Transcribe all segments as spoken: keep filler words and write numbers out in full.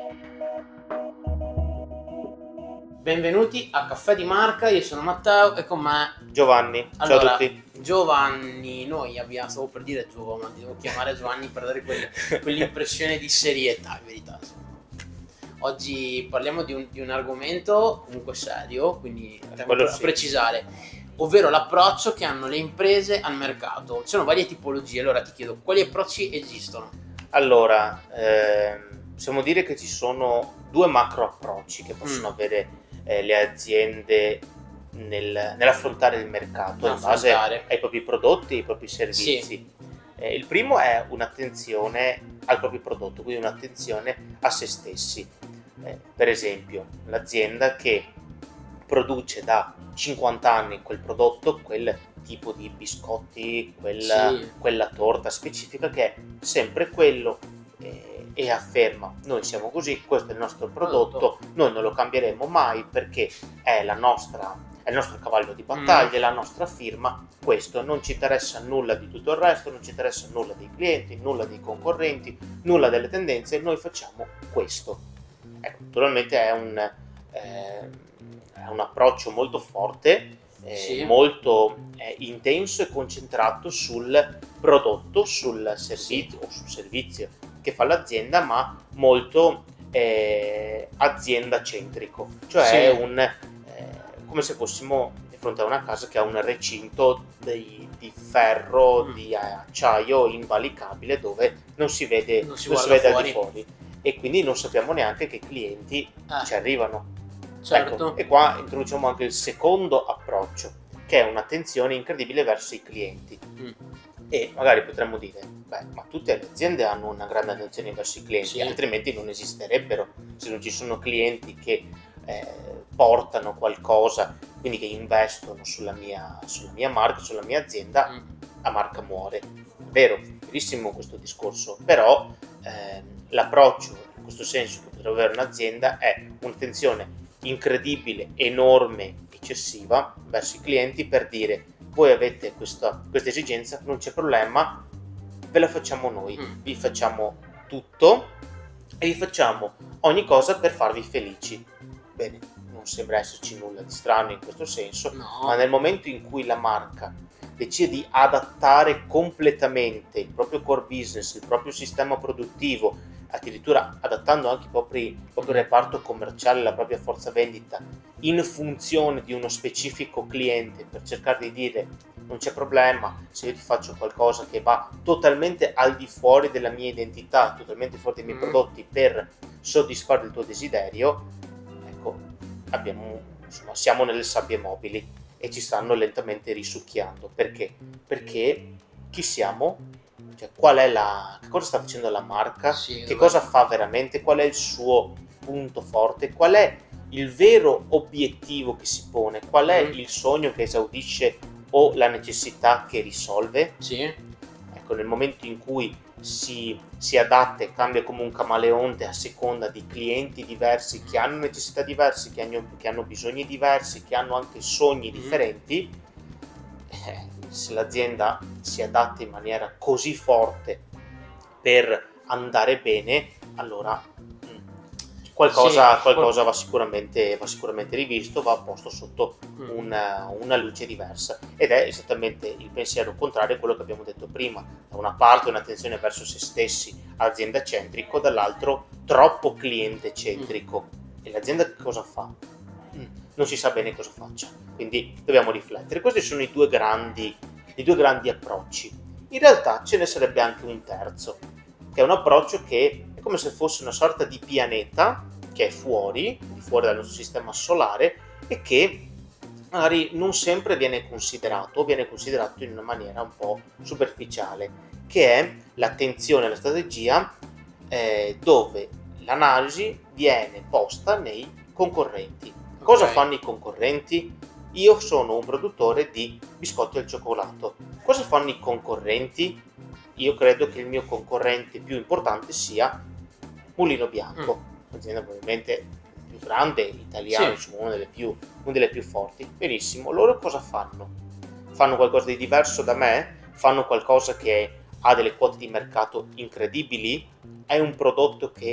Benvenuti a Caffè di Marca, io sono Matteo e con me Giovanni. allora, Ciao a tutti. Giovanni, noi abbiamo, stavo per dire Giovanni, ma ti devo chiamare Giovanni per dare quel, quell'impressione di serietà, in verità. Insomma. Oggi parliamo di un, di un argomento comunque serio, quindi tengo Quello a sì. precisare, ovvero l'approccio che hanno le imprese al mercato. Ci sono varie tipologie, allora ti chiedo, quali approcci esistono? Allora, ehm, possiamo dire che ci sono due macro approcci che possono Mm. avere eh, le aziende nel- nell'affrontare il mercato in base Affrontare. ai propri prodotti e ai propri servizi. Sì. Eh, il primo è un'attenzione al proprio prodotto, quindi un'attenzione a se stessi. Eh, per esempio, l'azienda che produce da cinquanta anni quel prodotto, quel tipo di biscotti, quella, Sì. quella torta specifica che è sempre quello, eh, e afferma: noi siamo così, questo è il nostro prodotto, noi non lo cambieremo mai perché è la nostra, è il nostro cavallo di battaglia, Mm. la nostra firma, questo, non ci interessa nulla di tutto il resto, non ci interessa nulla dei clienti, nulla dei concorrenti, nulla delle tendenze, noi facciamo questo. Ecco, naturalmente è un, eh, è un approccio molto forte, eh, Sì. molto eh, intenso e concentrato sul prodotto, sul servizio o sul servizio che fa l'azienda, ma molto eh, azienda centrico, cioè Sì. è un eh, come se fossimo di fronte a una casa che ha un recinto di, di ferro, Mm. di acciaio invalicabile dove non si vede, Non si non si guarda vede al fuori. di fuori, e quindi non sappiamo neanche che clienti Eh. ci arrivano. Certo. Ecco, e qua introduciamo anche il secondo approccio, che è un'attenzione incredibile verso i clienti. Mm. E magari potremmo dire: beh, ma tutte le aziende hanno una grande attenzione verso i clienti, Sì. altrimenti non esisterebbero. Se non ci sono clienti che eh, portano qualcosa, quindi che investono sulla mia, sulla mia marca, sulla mia azienda, Mm. la marca muore. Vero, verissimo questo discorso, però ehm, l'approccio in questo senso che potrebbe avere un'azienda è un'attenzione incredibile, enorme, eccessiva verso i clienti, per dire: voi avete questa, questa esigenza, non c'è problema, ve la facciamo noi, Mm. vi facciamo tutto e vi facciamo ogni cosa per farvi felici. Bene, non sembra esserci nulla di strano in questo senso, No. ma nel momento in cui la marca decide di adattare completamente il proprio core business, il proprio sistema produttivo, addirittura adattando anche i propri, il proprio reparto commerciale, la propria forza vendita in funzione di uno specifico cliente, per cercare di dire: non c'è problema se io ti faccio qualcosa che va totalmente al di fuori della mia identità, totalmente fuori dai miei Mm. prodotti, per soddisfare il tuo desiderio, ecco, abbiamo, insomma, siamo nelle sabbie mobili e ci stanno lentamente risucchiando. Perché? Perché chi siamo? Cioè, qual è la, che cosa sta facendo la marca? Sì, Che dove- cosa fa veramente? Qual è il suo punto forte? Qual è il vero obiettivo che si pone? Qual è Mm. il sogno che esaudisce o la necessità che risolve? Sì. Ecco, nel momento in cui si, si adatta e cambia come un camaleonte a seconda di clienti diversi, che hanno necessità diverse, che hanno, che hanno bisogni diversi, che hanno anche sogni Mm. differenti, eh, se l'azienda si adatta in maniera così forte per andare bene, allora mm, qualcosa, Sì, qualcosa va, sicuramente, va sicuramente rivisto, va posto sotto Mm. una, una luce diversa, ed è esattamente il pensiero contrario a quello che abbiamo detto prima. Da una parte un'attenzione verso se stessi, azienda centrico, dall'altro troppo cliente centrico. E l'azienda che cosa fa? Mm, non si sa bene cosa faccia, quindi dobbiamo riflettere. Questi sono i due grandi, i due grandi approcci. In realtà ce ne sarebbe anche un terzo, che è un approccio che è come se fosse una sorta di pianeta che è fuori, di fuori dal nostro sistema solare, e che magari non sempre viene considerato, o viene considerato in una maniera un po' superficiale, che è l'attenzione alla strategia, eh, dove l'analisi viene posta nei concorrenti. Cosa Ok. fanno i concorrenti? Io sono un produttore di biscotti al cioccolato. Cosa fanno i concorrenti? Io credo che il mio concorrente più importante sia Mulino Bianco, un'azienda probabilmente più grande, italiana, Sì. insomma, una delle più, una delle più forti. Benissimo, loro cosa fanno? Fanno qualcosa di diverso da me? Fanno qualcosa che ha delle quote di mercato incredibili? È un prodotto che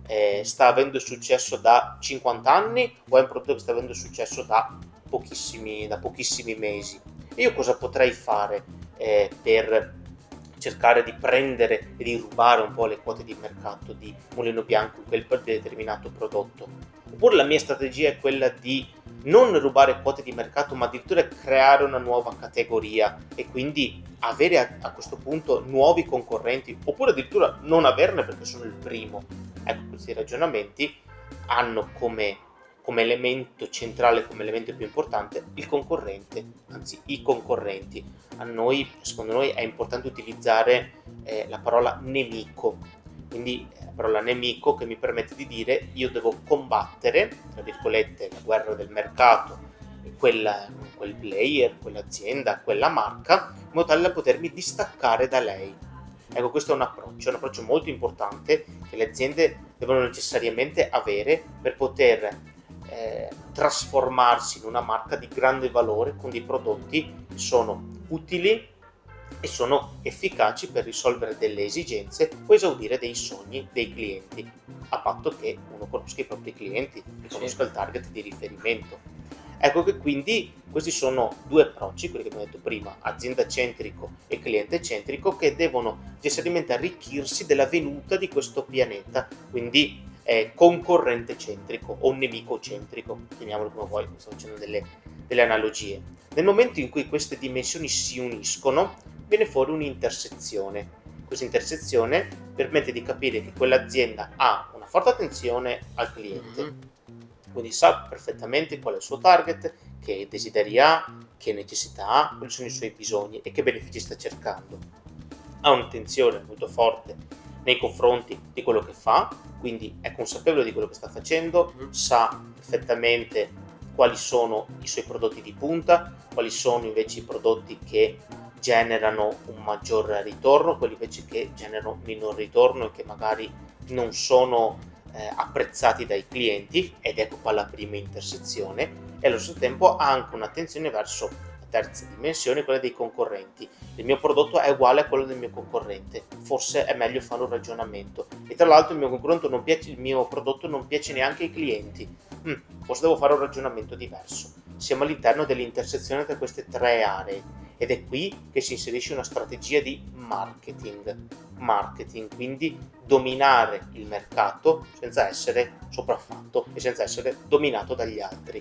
eh, sta avendo successo da cinquanta anni o è un prodotto che sta avendo successo da pochissimi, da pochissimi mesi. E io cosa potrei fare eh, per cercare di prendere e di rubare un po' le quote di mercato di Mulino Bianco in quel determinato prodotto? Oppure la mia strategia è quella di non rubare quote di mercato, ma addirittura creare una nuova categoria e quindi avere a, a questo punto nuovi concorrenti, oppure addirittura non averne perché sono il primo. Ecco, questi ragionamenti hanno come, come elemento centrale, come elemento più importante, il concorrente, anzi i concorrenti. A noi, secondo noi, è importante utilizzare eh, la parola nemico. Quindi la parola nemico che mi permette di dire io devo combattere, tra virgolette, la guerra del mercato, quella, quel player, quell'azienda, quella marca, in modo tale da potermi distaccare da lei. Ecco, questo è un approccio, un approccio molto importante che le aziende devono necessariamente avere per poter eh, trasformarsi in una marca di grande valore con dei prodotti che sono utili e sono efficaci per risolvere delle esigenze o esaudire dei sogni dei clienti, a patto che uno conosca i propri clienti e conosca il target di riferimento. Ecco che quindi questi sono due approcci, quelli che abbiamo detto prima, azienda centrico e cliente centrico, che devono necessariamente arricchirsi della venuta di questo pianeta, quindi eh, concorrente centrico o nemico centrico, chiamiamolo come vuoi, sto facendo delle, delle analogie. Nel momento in cui queste dimensioni si uniscono, viene fuori un'intersezione. Questa intersezione permette di capire che quell'azienda ha una forte attenzione al cliente, mm-hmm. quindi sa perfettamente qual è il suo target, che desideri ha, che necessità ha, quali sono i suoi bisogni e che benefici sta cercando. Ha un'attenzione molto forte nei confronti di quello che fa, quindi è consapevole di quello che sta facendo, mm-hmm. sa perfettamente quali sono i suoi prodotti di punta, quali sono invece i prodotti che generano un maggior ritorno, quelli invece che generano minor ritorno e che magari non sono eh, apprezzati dai clienti, ed ecco qua la prima intersezione, e allo stesso tempo ha anche un'attenzione verso la terza dimensione, quella dei concorrenti. Il mio prodotto è uguale a quello del mio concorrente, forse è meglio fare un ragionamento, e tra l'altro il mio concorrente non piace, il mio prodotto non piace neanche ai clienti, mm, forse devo fare un ragionamento diverso. Siamo all'interno dell'intersezione tra queste tre aree, ed è qui che si inserisce una strategia di marketing, marketing, quindi dominare il mercato senza essere sopraffatto e senza essere dominato dagli altri.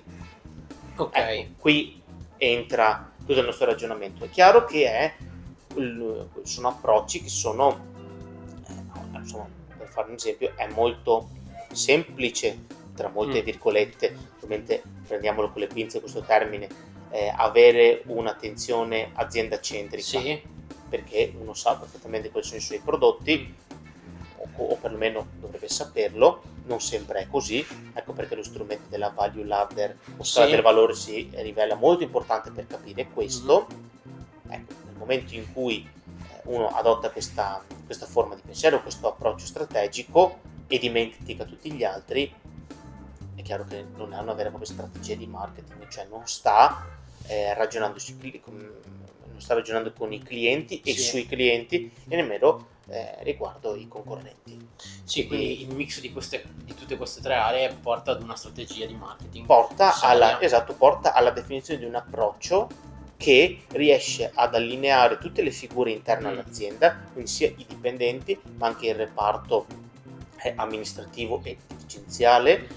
Ok. Ecco, qui entra tutto il nostro ragionamento. È chiaro che è, sono approcci che sono, eh, insomma, per fare un esempio, è molto semplice, tra molte mm. virgolette, ovviamente prendiamolo con le pinze questo termine, Eh, avere un'attenzione azienda centrica, sì. perché uno sa perfettamente quali sono i suoi prodotti, o, o perlomeno dovrebbe saperlo. Non sempre è così, ecco perché lo strumento della value ladder o scala sì. del valore si rivela molto importante per capire questo. Mm-hmm. Ecco, nel momento in cui uno adotta questa, questa forma di pensiero, questo approccio strategico e dimentica tutti gli altri, è chiaro che non è una vera e propria strategia di marketing, cioè non sta eh, ragionando sui, non sta ragionando con i clienti e sì. sui clienti e nemmeno eh, riguardo i concorrenti. Sì, quindi il mix di, queste, di tutte queste tre aree porta ad una strategia di marketing. Porta alla, esatto, porta alla definizione di un approccio che riesce ad allineare tutte le figure interne mm. all'azienda, quindi sia i dipendenti ma anche il reparto eh, amministrativo e dirigenziale,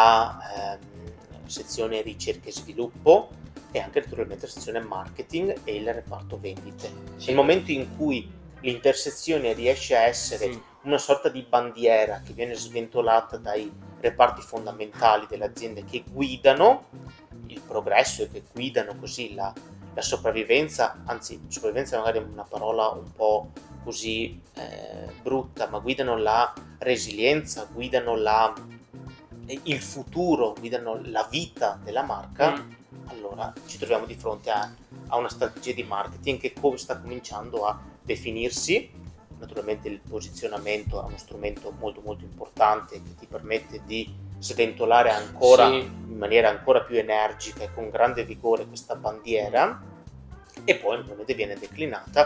la ehm, sezione ricerca e sviluppo e anche naturalmente la sezione marketing e il reparto vendite. Sì. Nel momento in cui l'intersezione riesce a essere sì. una sorta di bandiera che viene sventolata dai reparti fondamentali delle aziende che guidano il progresso e che guidano così la, la sopravvivenza, anzi sopravvivenza magari è una parola un po' così eh, brutta, ma guidano la resilienza, guidano la, il futuro, guidano la vita della marca, mm. allora ci troviamo di fronte a, a una strategia di marketing che sta cominciando a definirsi. Naturalmente il posizionamento è uno strumento molto molto importante che ti permette di sventolare ancora sì. in maniera ancora più energica e con grande vigore questa bandiera, e poi naturalmente viene declinata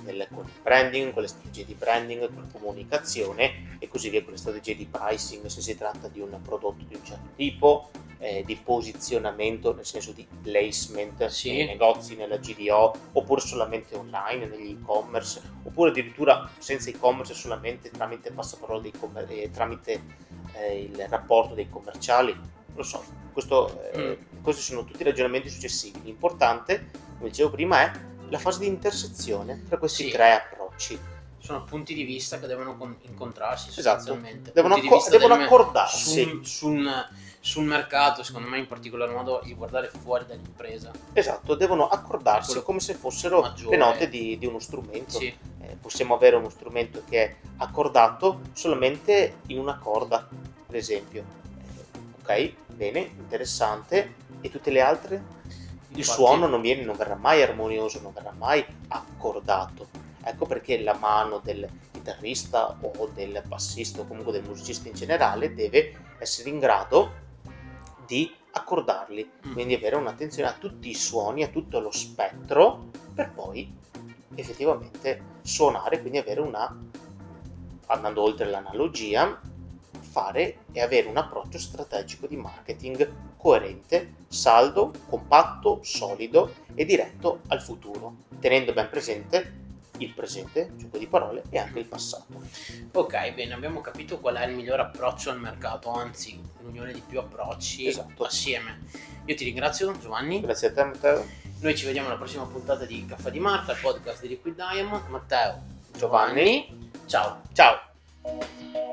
del, con il branding, con le strategie di branding, con la comunicazione e così via, con le strategie di pricing se si tratta di un prodotto di un certo tipo, eh, di posizionamento nel senso di placement Sì. nei negozi, nella G D O, oppure solamente online, negli e-commerce, oppure addirittura senza e-commerce, solamente tramite passaparola dei commer- eh, tramite eh, il rapporto dei commerciali. Lo so, questo, eh, Mm. questi sono tutti ragionamenti successivi. L'importante, come dicevo prima, è la fase di intersezione tra questi Sì. tre approcci. Sono punti di vista che devono con- incontrarsi Esatto. sostanzialmente. Devono, Punti di acco- vista devono del- accordarsi. sul, sul, sul mercato, secondo me in particolar modo, di guardare fuori dall'impresa. Esatto, devono accordarsi Quello come se fossero maggiore. le note di, di uno strumento. Sì, Eh, possiamo avere uno strumento che è accordato solamente in una corda, ad esempio. Eh, ok, bene, interessante. E tutte le altre? Il infatti. suono non, viene, non verrà mai armonioso, non verrà mai accordato. Ecco perché la mano del chitarrista o del bassista o comunque del musicista in generale deve essere in grado di accordarli, Mm. quindi avere un'attenzione a tutti i suoni, a tutto lo spettro, per poi effettivamente suonare, quindi avere una, andando oltre l'analogia, fare e avere un approccio strategico di marketing coerente, saldo, compatto, solido e diretto al futuro, tenendo ben presente il presente, gioco di parole, e anche il passato. Ok, bene, abbiamo capito qual è il miglior approccio al mercato, anzi, l'unione di più approcci Esatto. assieme. Io ti ringrazio, Giovanni. Grazie a te, Matteo. Noi ci vediamo alla prossima puntata di Caffè di Marca, il podcast di Liquid Diamond. Matteo, Giovanni. Ciao. Ciao.